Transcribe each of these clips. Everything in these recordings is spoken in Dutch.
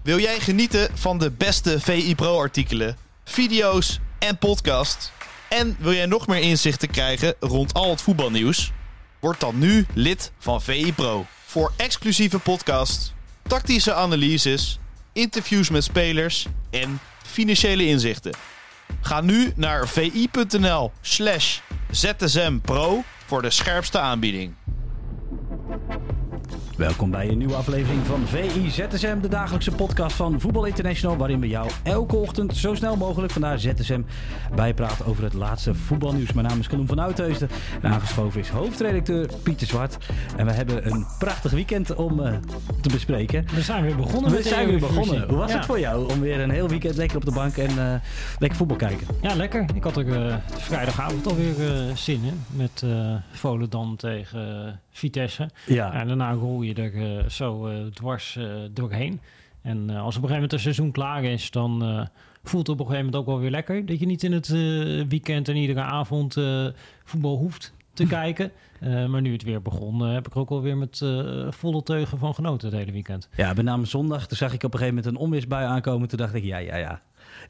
Wil jij genieten van de beste VI Pro-artikelen, video's en podcasts? En wil jij nog meer inzichten krijgen rond al het voetbalnieuws? Word dan nu lid van VI Pro. Voor exclusieve podcasts, tactische analyses, interviews met spelers en financiële inzichten. Ga nu naar vi.nl/ZSMPro voor de scherpste aanbieding. Welkom bij een nieuwe aflevering van VI ZSM, de dagelijkse podcast van Voetbal International, waarin we jou elke ochtend zo snel mogelijk vandaar ZSM bijpraten over het laatste voetbalnieuws. Mijn naam is Kaloen van Uitheusden en aangeschoven is hoofdredacteur Pieter Zwart. En we hebben een prachtig weekend om te bespreken. We zijn weer begonnen. Hoe was het voor jou om weer een heel weekend lekker op de bank en lekker voetbal kijken? Ja, lekker. Ik had er vrijdagavond alweer zin in met Volendam tegen Vitesse. Ja. En daarna rol je er zo dwars doorheen. En als op een gegeven moment het seizoen klaar is, dan voelt het op een gegeven moment ook wel weer lekker. Dat je niet in het weekend en iedere avond voetbal hoeft te kijken. Maar nu het weer begon, heb ik er ook alweer met volle teugen van genoten het hele weekend. Ja, met name zondag. Toen zag ik op een gegeven moment een onweersbui aankomen. Toen dacht ik, ja.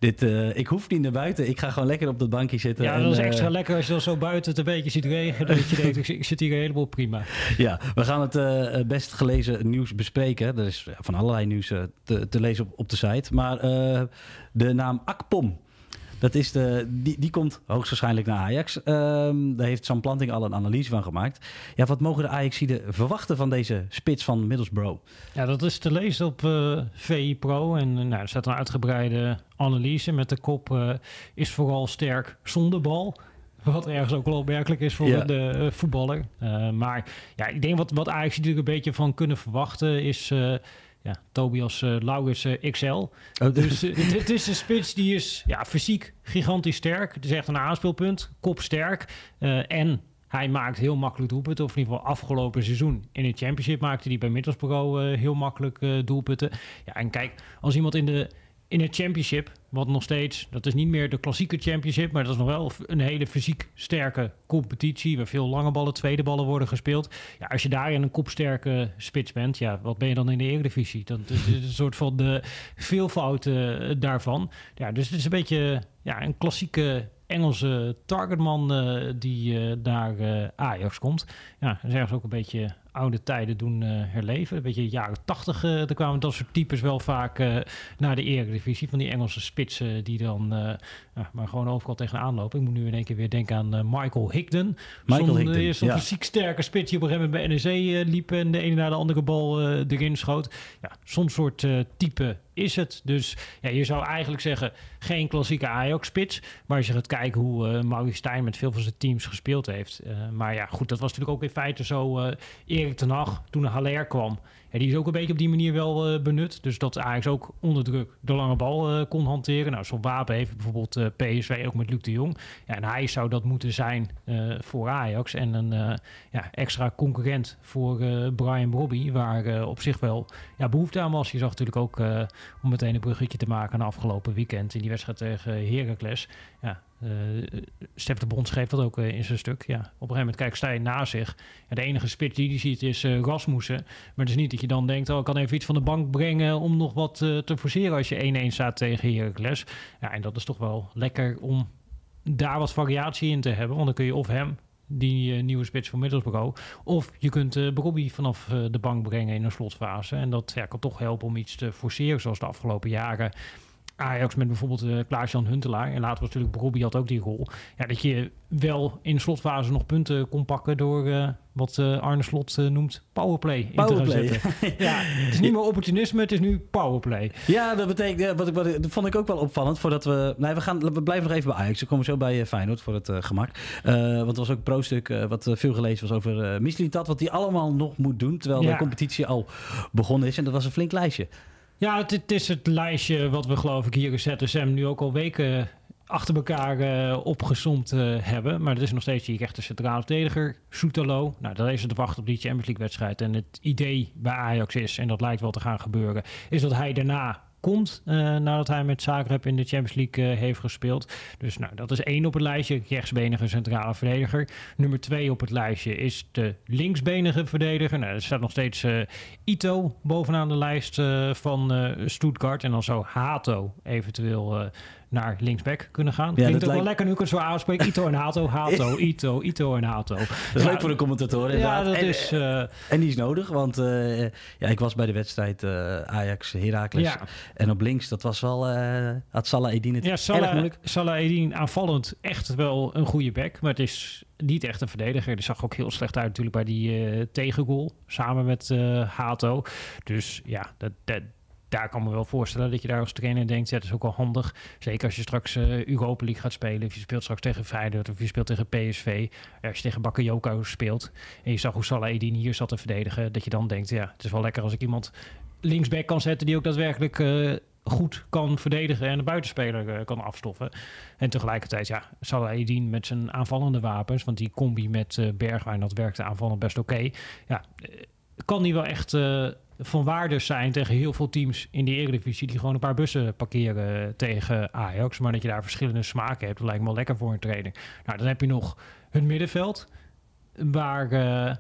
Ik hoef niet naar buiten. Ik ga gewoon lekker op dat bankje zitten. Ja, dat is extra lekker als je dan zo buiten het een beetje ziet regenen. Dat je denkt, ik zit hier helemaal prima. Ja, we gaan het best gelezen nieuws bespreken. Er is van allerlei nieuws te lezen op de site. Maar de naam Akpom, dat is die komt hoogstwaarschijnlijk naar Ajax. Daar heeft Sam Planting al een analyse van gemaakt. Ja, wat mogen de Ajaxiden verwachten van deze spits van Middlesbrough? Ja, dat is te lezen op VI Pro. En er staat een uitgebreide analyse met de kop is vooral sterk zonder bal. Wat ergens ook wel opmerkelijk is voor de voetballer. Maar ja, ik denk wat Ajax natuurlijk een beetje van kunnen verwachten is Tobias Lauwers XL. Oh, dus het is een spits die is fysiek gigantisch sterk. Het is echt een aanspeelpunt, kopsterk. En hij maakt heel makkelijk doelpunten. Of in ieder geval afgelopen seizoen in het Championship maakte hij bij Middlesbrough heel makkelijk doelpunten. Ja, en kijk, als iemand in het Championship, wat nog steeds, dat is niet meer de klassieke Championship, maar dat is nog wel een hele fysiek sterke competitie, waar veel lange ballen, tweede ballen worden gespeeld. Ja, als je daarin een kopsterke spits bent, wat ben je dan in de Eredivisie? Dat is een soort van de veelvoud daarvan. Ja, dus het is een beetje een klassieke Engelse targetman die naar Ajax komt. Ja, dat is ergens ook een beetje oude tijden doen herleven. Een beetje jaren 80, er kwamen dat soort types wel vaak naar de Eredivisie. Van die Engelse spitsen die dan maar gewoon overal tegenaan lopen. Ik moet nu in één keer weer denken aan Michael Higden. Zo'n fysiek sterke spits die op een gegeven moment bij NEC liep en de ene na de andere bal erin schoot. Ja, zo'n soort type is het. Dus je zou eigenlijk zeggen, geen klassieke Ajax-spits. Maar als je gaat kijken hoe Maurice Stijn met veel van zijn teams gespeeld heeft. Maar ja, goed, dat was natuurlijk ook in feite zo. Erik ten Hag, toen Haller kwam. Ja, die is ook een beetje op die manier wel benut. Dus dat Ajax ook onder druk de lange bal kon hanteren. Nou, zo'n wapen heeft bijvoorbeeld PSV ook met Luc de Jong. Ja, en hij zou dat moeten zijn voor Ajax. En een extra concurrent voor Brian Brobby. Waar op zich wel behoefte aan was. Je zag natuurlijk ook, om meteen een bruggetje te maken, afgelopen weekend in die wedstrijd tegen Heracles. Ja, Stef de Bond schreef dat ook in zijn stuk. Ja, op een gegeven moment kijkt Stijn naast zich. Ja, de enige spits die hij ziet is Rasmussen. Maar het is niet dat je dan denkt, ik kan even iets van de bank brengen om nog wat te forceren als je 1-1 staat tegen Heracles. Ja, en dat is toch wel lekker om daar wat variatie in te hebben. Want dan kun je of hem, die nieuwe spits van Middlesbrough, of je kunt Brobby vanaf de bank brengen in een slotfase. En dat kan toch helpen om iets te forceren, zoals de afgelopen jaren Ajax met bijvoorbeeld Klaas-Jan Huntelaar. En later was natuurlijk Brobby had ook die rol. Ja, dat je wel in de slotfase nog punten kon pakken door wat Arne Slot noemt powerplay in te gaan zetten. Ja, het is niet meer opportunisme, het is nu powerplay. Ja, dat betekent, dat vond ik ook wel opvallend. Voordat we blijven nog even bij Ajax. We komen zo bij Feyenoord voor het gemak. Want er was ook een pro-stuk wat veel gelezen was over Mislintat. Wat hij allemaal nog moet doen, terwijl de competitie al begonnen is. En dat was een flink lijstje. Ja, het is het lijstje wat we geloof ik hier in ZSM nu ook al weken achter elkaar opgesomd hebben. Maar dat is nog steeds die rechter centrale verdediger, Soetalo. Nou, dat is het te wachten op die Champions League wedstrijd. En het idee bij Ajax is, en dat lijkt wel te gaan gebeuren, is dat hij daarna komt nadat hij met Zagreb in de Champions League heeft gespeeld. Dus nou, dat is 1 op het lijstje, rechtsbenige centrale verdediger. Nummer 2 op het lijstje is de linksbenige verdediger. Nou, er staat nog steeds Ito bovenaan de lijst van Stuttgart. En dan zou Hato eventueel naar linksback kunnen gaan. Ja, Klinkt ook wel lekker nu ik het zo aanspreek. Ito en Hato, Hato, Ito en Hato. Dat is leuk voor de commentatoren. Ja, dat en, is... en die is nodig, want ik was bij de wedstrijd Ajax-Heracles. Ja. En op links, dat was wel... had Salah Eddin het erg moeilijk. Salah Eddin aanvallend echt wel een goede back. Maar het is niet echt een verdediger. Die zag ook heel slecht uit natuurlijk bij die tegengoal. Samen met Hato. Dus ja, daar kan me wel voorstellen dat je daar als trainer denkt... ja, dat is ook wel handig. Zeker als je straks Europa League gaat spelen... of je speelt straks tegen Feyenoord of je speelt tegen PSV... als je tegen Bakayoko speelt... en je zag hoe Salah Eddin hier zat te verdedigen... dat je dan denkt, ja, het is wel lekker als ik iemand linksback kan zetten... die ook daadwerkelijk goed kan verdedigen... en de buitenspeler kan afstoffen. En tegelijkertijd, ja, Salah Eddin met zijn aanvallende wapens... want die combi met Bergwijn, dat werkte aanvallend best oké. Ja, kan die wel echt... van waarde zijn tegen heel veel teams in de Eredivisie... die gewoon een paar bussen parkeren tegen Ajax. Maar dat je daar verschillende smaken hebt... dat lijkt me wel lekker voor een trainer. Nou, dan heb je nog het middenveld... waar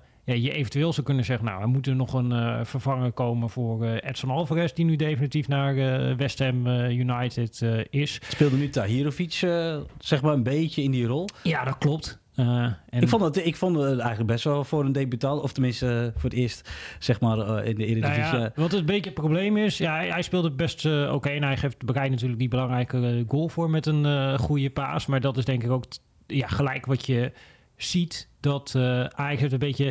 je eventueel zou kunnen zeggen... nou, er moet er nog een vervanger komen voor Edson Alvarez... die nu definitief naar West Ham United is. Speelde nu Tahirovic zeg maar een beetje in die rol? Ja, dat klopt. En... Ik vond het eigenlijk best wel voor een debutant... of tenminste voor het eerst zeg maar in de Eredivisie. Nou ja, wat een beetje het probleem is... ja, hij speelde best oké. En hij geeft Bereid natuurlijk die belangrijke goal voor... met een goede paas. Maar dat is denk ik ook gelijk wat je ziet... dat Ajax heeft een beetje...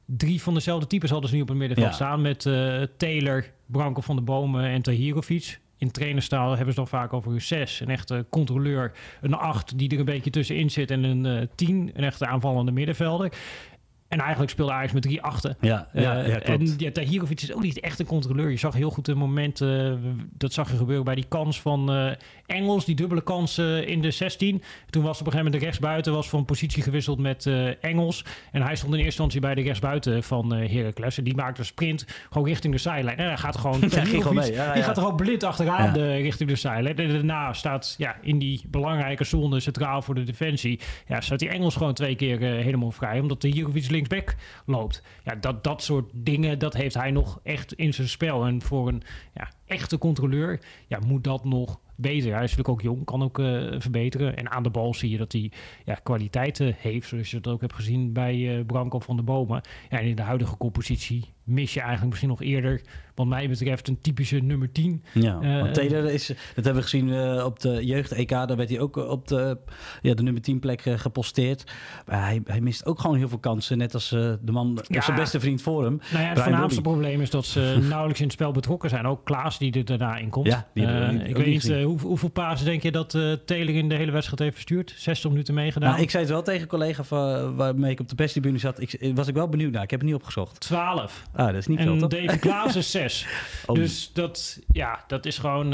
3 van dezelfde types hadden ze nu op het middenveld staan... met Taylor, Branko van der Bomen en Tahirovic... In trainerstaal hebben ze dan vaak over een 6. Een echte controleur. Een 8 die er een beetje tussenin zit. En een 10. Een echte aanvallende middenvelder. En eigenlijk speelde Ajax met 3 achten. Ja, klopt. En Tahirovic is ook niet echt een controleur. Je zag heel goed een moment... dat zag je gebeuren bij die kans van Engels. Die dubbele kans in de 16. Toen was op een gegeven moment de rechtsbuiten... was van positie gewisseld met Engels. En hij stond in eerste instantie bij de rechtsbuiten van Heracles. En die maakte een sprint gewoon richting de zijlijn. En hij gaat gewoon... die gaat er gewoon blind achteraan richting de zijlijn. En daarna staat in die belangrijke zone centraal voor de defensie... staat die Engels gewoon 2 keer helemaal vrij. Omdat de Tahirovic linksback loopt. Ja, dat soort dingen, dat heeft hij nog echt in zijn spel. En voor een echte controleur moet dat nog beter. Hij is natuurlijk ook jong, kan ook verbeteren. En aan de bal zie je dat hij kwaliteiten heeft, zoals je dat ook hebt gezien bij Branko van der Bomen. Ja, en in de huidige compositie mis je eigenlijk misschien nog eerder, wat mij betreft, een typische nummer 10. Ja, want Taylor is, dat hebben we gezien op de jeugd-EK, daar werd hij ook op de nummer 10 plek geposteerd. Maar hij mist ook gewoon heel veel kansen, net als de man, zijn beste vriend voor hem. Nou ja, het voornaamste probleem is dat ze nauwelijks in het spel betrokken zijn. Ook Klaas die er daarna in komt. Ja, ik weet niet, hoeveel pasen denk je dat Taylor in de hele wedstrijd heeft verstuurd? 60 minuten meegedaan? Nou, ik zei het wel tegen een collega waarmee ik op de perstribune zat. Was ik wel benieuwd naar. Ik heb het niet opgezocht. 12. Dat is niet veel, toch? En Davy Klaas is 6. Dus dat is gewoon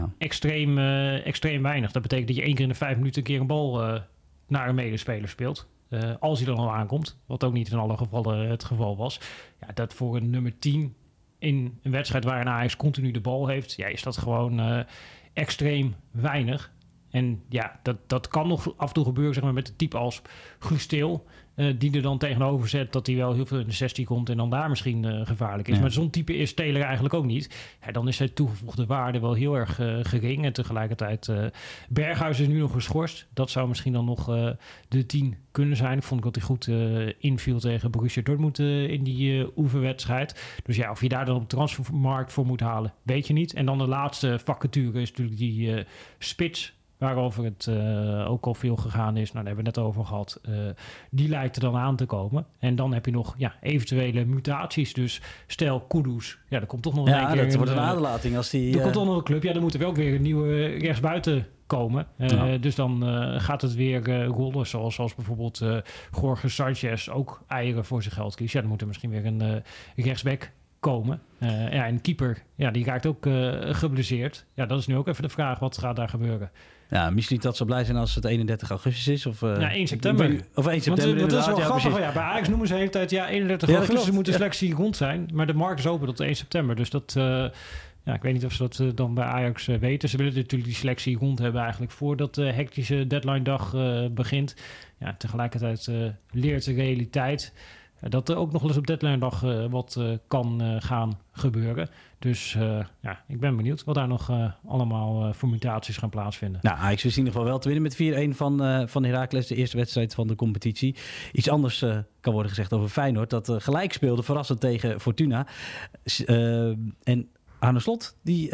extreem weinig. Dat betekent dat je 1 keer in de 5 minuten een keer een bal naar een medespeler speelt. Als hij dan al aankomt. Wat ook niet in alle gevallen het geval was. Ja, dat voor een nummer 10 in een wedstrijd waarin Ajax continu de bal heeft, is dat gewoon extreem weinig. En dat kan nog af en toe gebeuren, zeg maar, met een type als Guus Til, die er dan tegenover zet dat hij wel heel veel in de 16 komt en dan daar misschien gevaarlijk is. Ja. Maar zo'n type is Taylor eigenlijk ook niet. Ja, dan is zijn toegevoegde waarde wel heel erg gering. En tegelijkertijd, Berghuis is nu nog geschorst. Dat zou misschien dan nog de 10 kunnen zijn. Ik vond dat hij goed inviel tegen Borussia Dortmund in die oefenwedstrijd. Dus of je daar dan op de transfermarkt voor moet halen, weet je niet. En dan de laatste vacature is natuurlijk die spits, waarover het ook al veel gegaan is. Nou, daar hebben we het net over gehad. Die lijkt er dan aan te komen. En dan heb je nog eventuele mutaties. Dus stel Kudus. Ja, er komt toch nog een keer... Ja, dat wordt een aderlating als die... Er komt toch nog een club. Ja, dan moet er wel ook weer een nieuwe rechtsbuiten komen. Dus dan gaat het weer rollen. Zoals bijvoorbeeld Jorge Sanchez ook eieren voor zijn geld kiest. Ja, dan moet er misschien weer een rechtsback komen. En keeper, die raakt ook geblesseerd. Ja, dat is nu ook even de vraag. Wat gaat daar gebeuren? Ja, misschien dat ze blij zijn als het 31 augustus is. Of 1 september. Of 1 september. Want dat is wel grappig. Bij Ajax noemen ze de hele tijd 31 augustus moet de selectie rond zijn. Maar de markt is open tot 1 september. Dus dat Ja, ik weet niet of ze dat dan bij Ajax weten. Ze willen natuurlijk die selectie rond hebben eigenlijk voordat de hectische deadline dag begint. Ja, tegelijkertijd leert de realiteit dat er ook nog wel eens op deadline dag wat kan gaan gebeuren. Dus ik ben benieuwd wat daar nog allemaal voor mutaties gaan plaatsvinden. Nou, Ajax wist in ieder geval wel te winnen met 4-1 van Heracles, de eerste wedstrijd van de competitie. Iets anders kan worden gezegd over Feyenoord, dat gelijk speelde verrassend tegen Fortuna. En Arne Slot, die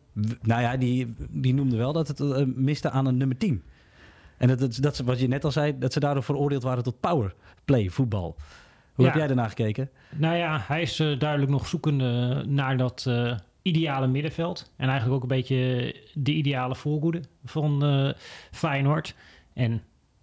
noemde wel dat het miste aan een nummer 10. En dat wat je net al zei, dat ze daardoor veroordeeld waren tot powerplay voetbal. Hoe heb jij daarna gekeken? Nou ja, hij is duidelijk nog zoekende naar dat ideale middenveld. En eigenlijk ook een beetje de ideale voorhoede van Feyenoord. En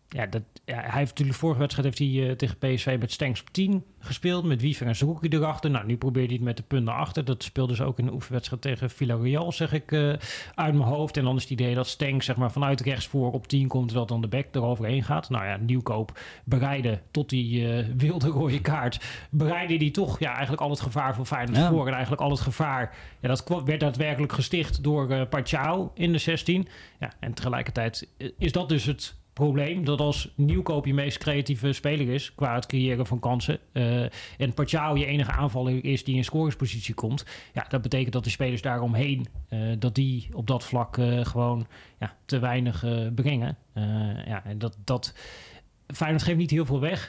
hij heeft natuurlijk vorige wedstrijd tegen PSV met Stenks op 10 gespeeld. Met Wiever en Zerouki erachter. Nou, nu probeert hij het met de punten achter. Dat speelde ze ook in de oefenwedstrijd tegen Villarreal, zeg ik uit mijn hoofd. En dan is het idee dat Stenks zeg maar, vanuit rechtsvoor op 10 komt, dat dan de back eroverheen gaat. Nou ja, Nieuwkoop bereidde tot die wilde rode kaart. Bereidde die toch eigenlijk al het gevaar voor Feyenoord voor. En eigenlijk al het gevaar, dat werd daadwerkelijk gesticht door Paixão in de 16. Ja, en tegelijkertijd is dat dus het probleem, dat als Nieuwkoop je meest creatieve speler is qua het creëren van kansen en Paixão je enige aanvaller is die in scoringspositie komt, dat betekent dat de spelers daaromheen dat die op dat vlak gewoon te weinig brengen. En dat Feyenoord geeft niet heel veel weg.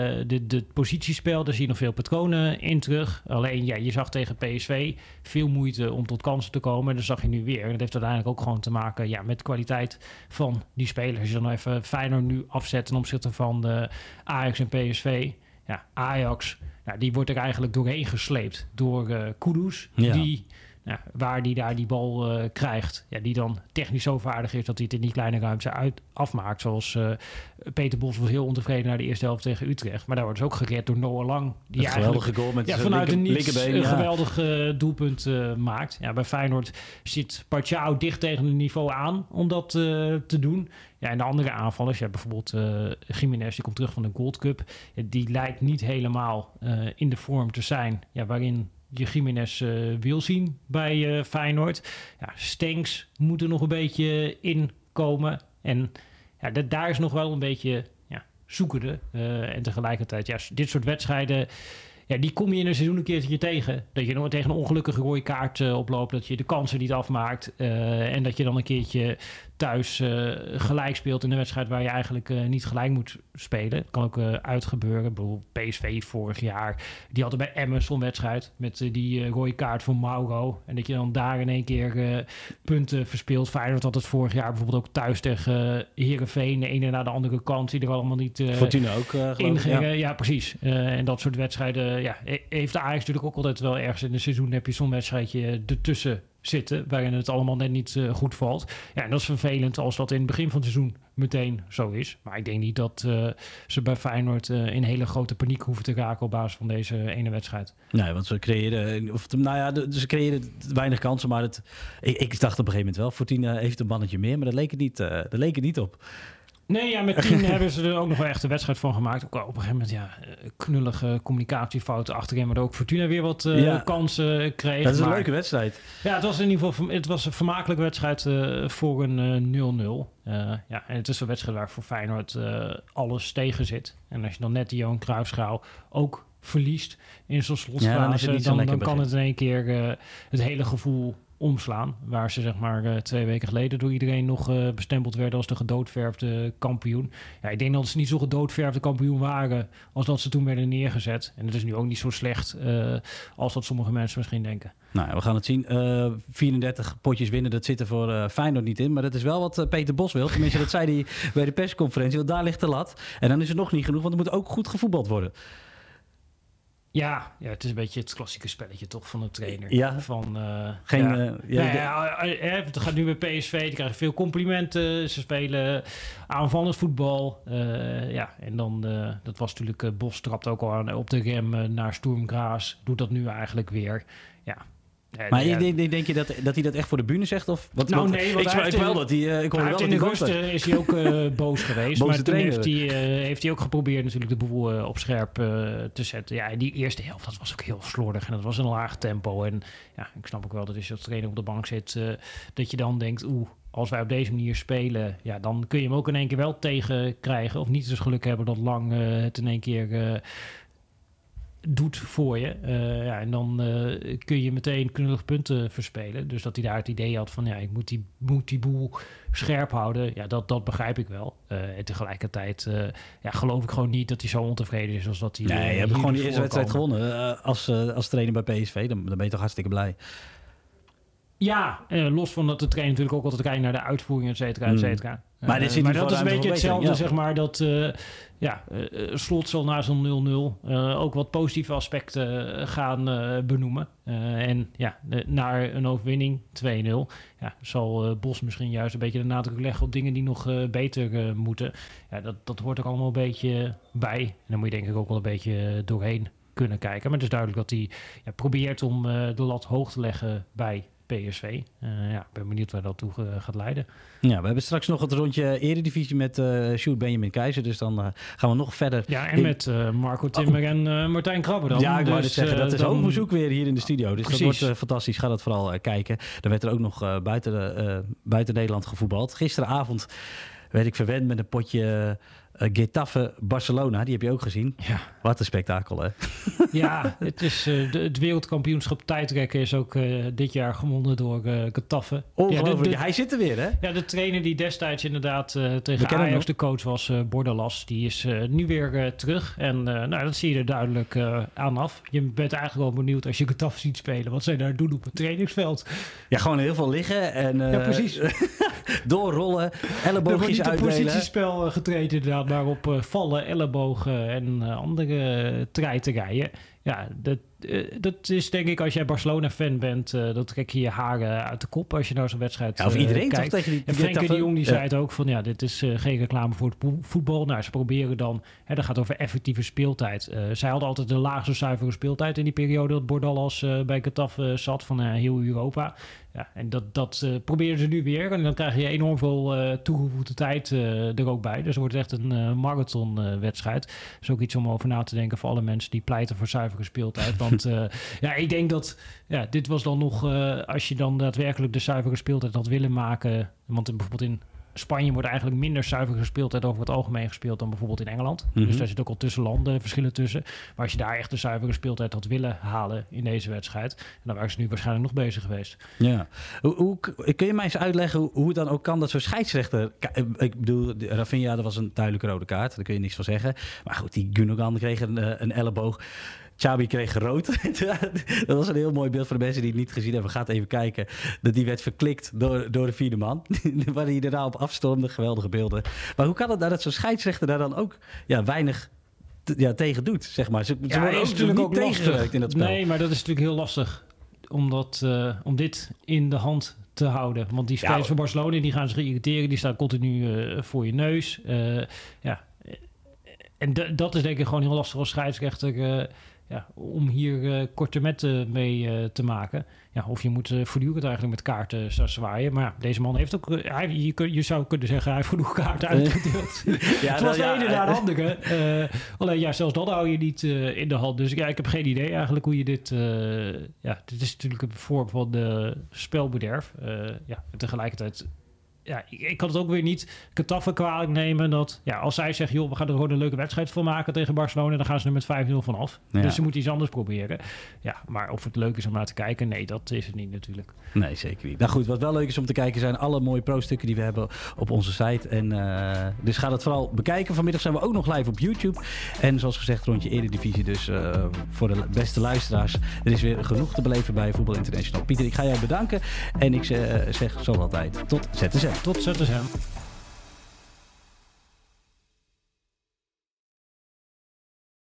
De positiespel, daar zie je nog veel patronen in terug. Alleen, je zag tegen PSV veel moeite om tot kansen te komen. En dat zag je nu weer. En dat heeft uiteindelijk ook gewoon te maken met de kwaliteit van die spelers. Als je dan nou even Feyenoord nu afzet ten opzichte van de Ajax en PSV. Ja, Ajax, die wordt er eigenlijk doorheen gesleept door Kudus. Ja. Waar die daar die bal krijgt. Ja, die dan technisch zo vaardig is dat hij het in die kleine ruimte afmaakt. Zoals Peter Bos was heel ontevreden naar de eerste helft tegen Utrecht. Maar daar wordt dus ook gered door Noah Lang. Die een geweldige goal met vanuit een niets een geweldig doelpunt maakt. Ja, bij Feyenoord zit Paixão dicht tegen het niveau aan om dat te doen. Ja, en de andere aanvallers, bijvoorbeeld Gimenez, die komt terug van de Gold Cup. Die lijkt niet helemaal in de vorm te zijn waarin je Gimenez wil zien bij Feyenoord. Ja, Stenks moet er nog een beetje in komen. En daar is nog wel een beetje zoekende. En tegelijkertijd, dit soort wedstrijden, die kom je in een seizoen een keertje tegen. Dat je nog tegen een ongelukkige rode kaart oploopt. Dat je de kansen niet afmaakt. En dat je dan een keertje thuis gelijk speelt in een wedstrijd waar je eigenlijk niet gelijk moet spelen. Dat kan ook uitgebeuren. Bijvoorbeeld PSV vorig jaar. Die hadden bij Emmen zo'n wedstrijd met die rode kaart voor Mauro. En dat je dan daar in één keer punten verspeelt. Feyenoord had het vorig jaar bijvoorbeeld ook thuis tegen Heerenveen. De ene naar de andere kant. Die er allemaal niet Fortuna ook ingingen. Ja, precies. En dat soort wedstrijden heeft de Ajax natuurlijk ook altijd wel ergens in het seizoen. Heb je zo'n wedstrijdje ertussen zitten, waarin het allemaal net niet goed valt. Ja, en dat is vervelend als dat in het begin van het seizoen meteen zo is. Maar ik denk niet dat ze bij Feyenoord in hele grote paniek hoeven te raken op basis van deze ene wedstrijd. Nee, want ze creëerden weinig kansen, maar ik dacht op een gegeven moment wel, Fortuna heeft een mannetje meer, maar dat leek het niet op. Nee, met 10 hebben ze er ook nog wel echt een wedstrijd van gemaakt. Ook op een gegeven moment, knullige communicatiefouten achterin, maar ook Fortuna weer wat kansen kreeg. Dat is een leuke wedstrijd. Ja, het was in ieder geval een vermakelijke wedstrijd voor een 0-0. En het is een wedstrijd waar voor Feyenoord alles tegen zit. En als je dan net die Johan Cruijffschaal ook verliest in zo'n slotfase, dan kan het in één keer het hele gevoel omslaan. Waar ze zeg maar 2 weken geleden door iedereen nog bestempeld werden als de gedoodverfde kampioen. Ja, ik denk dat ze niet zo gedoodverfde kampioen waren als dat ze toen werden neergezet. En het is nu ook niet zo slecht als dat sommige mensen misschien denken. Nou, we gaan het zien. 34 potjes winnen, dat zit er voor Feyenoord niet in. Maar dat is wel wat Peter Bos wil. Tenminste, dat zei hij bij de persconferentie. Want daar ligt de lat. En dan is het nog niet genoeg, want er moet ook goed gevoetbald worden. Ja, het is een beetje het klassieke spelletje toch van de trainer. Ja. Het gaat nu bij PSV, die krijgen veel complimenten. Ze spelen aanvallend voetbal. En dan, dat was natuurlijk, Bos trapt ook al aan op de rem naar Sturm Graz. Doet dat nu eigenlijk weer. Ja, Maar denk je dat hij dat echt voor de bühne zegt? Of wat? Nou, nee, want ik wel dat hij... Ik hoorde wel in de rust is hij ook boos geweest. Boze maar toen trainer. heeft hij ook geprobeerd natuurlijk de boel op scherp te zetten. Ja, en die eerste helft, dat was ook heel slordig. En dat was een laag tempo. En ja, ik snap ook wel dat als je als trainer op de bank zit... dat je dan denkt, als wij op deze manier spelen... ja, dan kun je hem ook in één keer wel tegen krijgen. Of niet eens geluk hebben dat Lang het in één keer... doet voor je. En dan kun je meteen knullig punten verspelen. Dus dat hij daar het idee had van... ik moet die boel scherp houden. Ja, dat begrijp ik wel. En tegelijkertijd geloof ik gewoon niet... dat hij zo ontevreden is als dat hij... Nee, je hebt gewoon die eerste wedstrijd gewonnen. Als trainer bij PSV, dan ben je toch hartstikke blij. Ja, los van dat de trainer natuurlijk ook altijd kijkt naar de uitvoering, et cetera, et cetera. Maar dat is een beetje hetzelfde, zeg maar, dat Slot zal na zo'n 0-0 ook wat positieve aspecten gaan benoemen. Naar een overwinning 2-0 zal Bos misschien juist een beetje de nadruk leggen op dingen die nog beter moeten. Ja, dat hoort er allemaal een beetje bij. En dan moet je denk ik ook wel een beetje doorheen kunnen kijken. Maar het is duidelijk dat hij probeert om de lat hoog te leggen bij PSV. Ik ben benieuwd waar dat toe gaat leiden. Ja, we hebben straks nog het rondje Eredivisie met Sjoerd Benjamin Keizer. Dus dan gaan we nog verder. Ja, en met Marco Timmer en Martijn Krabbe dan. Ja, ik wou zeggen, dat is hoog bezoek weer hier in de studio. Dus precies. Dat wordt fantastisch. Ga dat vooral kijken. Dan werd er ook nog buiten Nederland gevoetbald. Gisteravond werd ik verwend met een potje Getafe Barcelona. Die heb je ook gezien. Ja. Wat een spektakel, hè? Ja, het is het wereldkampioenschap tijdrekken is ook dit jaar gewonnen door Getafe. Ongelooflijk. Hij zit er weer, hè? Ja, de trainer die destijds inderdaad tegen Ajax de coach was, Bordalas, die is nu weer terug. En dat zie je er duidelijk aan af. Je bent eigenlijk wel benieuwd als je Getafe ziet spelen. Wat zij daar doen op het trainingsveld. Ja, gewoon heel veel liggen. En, ja, precies. Doorrollen, elleboogjes uitdelen. Er wordt niet een positiespel getraind inderdaad, maar op vallen, ellebogen en andere treiterijen. Ja, dat is denk ik, als jij Barcelona-fan bent, dat trek je je haren uit de kop als je naar zo'n wedstrijd of iedereen kijkt. Toch tegen die en Frenkie de Jong die zei het ook van, dit is geen reclame voor het voetbal. Nou, ze proberen dan, dat gaat over effectieve speeltijd. Zij hadden altijd de laagste zuivere speeltijd in die periode dat Bordalas bij Getafe zat van heel Europa. Ja, en dat proberen ze nu weer. En dan krijg je enorm veel toegevoegde tijd er ook bij. Dus het wordt echt een marathonwedstrijd. Dat is ook iets om over na te denken voor alle mensen die pleiten voor zuivere speeltijd. Want ik denk dat dit was dan nog... als je dan daadwerkelijk de zuivere speeltijd had willen maken... Want bijvoorbeeld in Spanje wordt eigenlijk minder zuivere speeltijd over het algemeen gespeeld dan bijvoorbeeld in Engeland. Mm-hmm. Dus daar zit ook al tussen landen verschillen tussen. Maar als je daar echt de zuivere speeltijd had willen halen in deze wedstrijd, dan waren ze nu waarschijnlijk nog bezig geweest. Ja. Kun je mij eens uitleggen hoe het dan ook kan dat zo'n scheidsrechter... Ik bedoel, Rafinha, dat was een duidelijke rode kaart. Daar kun je niks van zeggen. Maar goed, die Gundogan kreeg een elleboog. Xabi kreeg rood. Dat was een heel mooi beeld voor de mensen die het niet gezien hebben. Gaat even kijken. Dat die werd verklikt door de vierde man. Waar hij daarna op afstormde. Geweldige beelden. Maar hoe kan het nou dat zo'n scheidsrechter daar dan ook weinig tegen doet? Zeg maar. Ze worden ook natuurlijk niet tegengewerkt in dat spel. Nee, maar dat is natuurlijk heel lastig. Om dit in de hand te houden. Want die spelers van Barcelona die gaan zich irriteren. Die staan continu voor je neus. En dat is denk ik gewoon heel lastig als scheidsrechter... om hier korte metten mee te maken. Ja, of je moet voortdurend eigenlijk met kaarten zwaaien. Maar ja, deze man heeft ook... je zou kunnen zeggen, hij heeft genoeg kaarten uitgedeeld. Zoals de ene naar de andere. Alleen zelfs dat hou je niet in de hand. Dus ik heb geen idee eigenlijk hoe je dit... dit is natuurlijk een vorm van spelbederf. En tegelijkertijd... Ja, ik kan het ook weer niet Getafe kwalijk nemen dat... Ja, als zij zeggen, joh, we gaan er gewoon een leuke wedstrijd van maken tegen Barcelona... dan gaan ze er met 5-0 vanaf. Ja. Dus ze moeten iets anders proberen. Ja, maar of het leuk is om naar te kijken... Nee, dat is het niet natuurlijk. Nee, zeker niet. Nou goed, wat wel leuk is om te kijken... zijn alle mooie pro-stukken die we hebben op onze site. En dus ga dat vooral bekijken. Vanmiddag zijn we ook nog live op YouTube. En zoals gezegd, rondje Eredivisie. Dus voor de beste luisteraars... er is weer genoeg te beleven bij Voetbal International. Pieter, ik ga jou bedanken. En ik zeg zoals altijd, tot ZSM. Tot ZSM.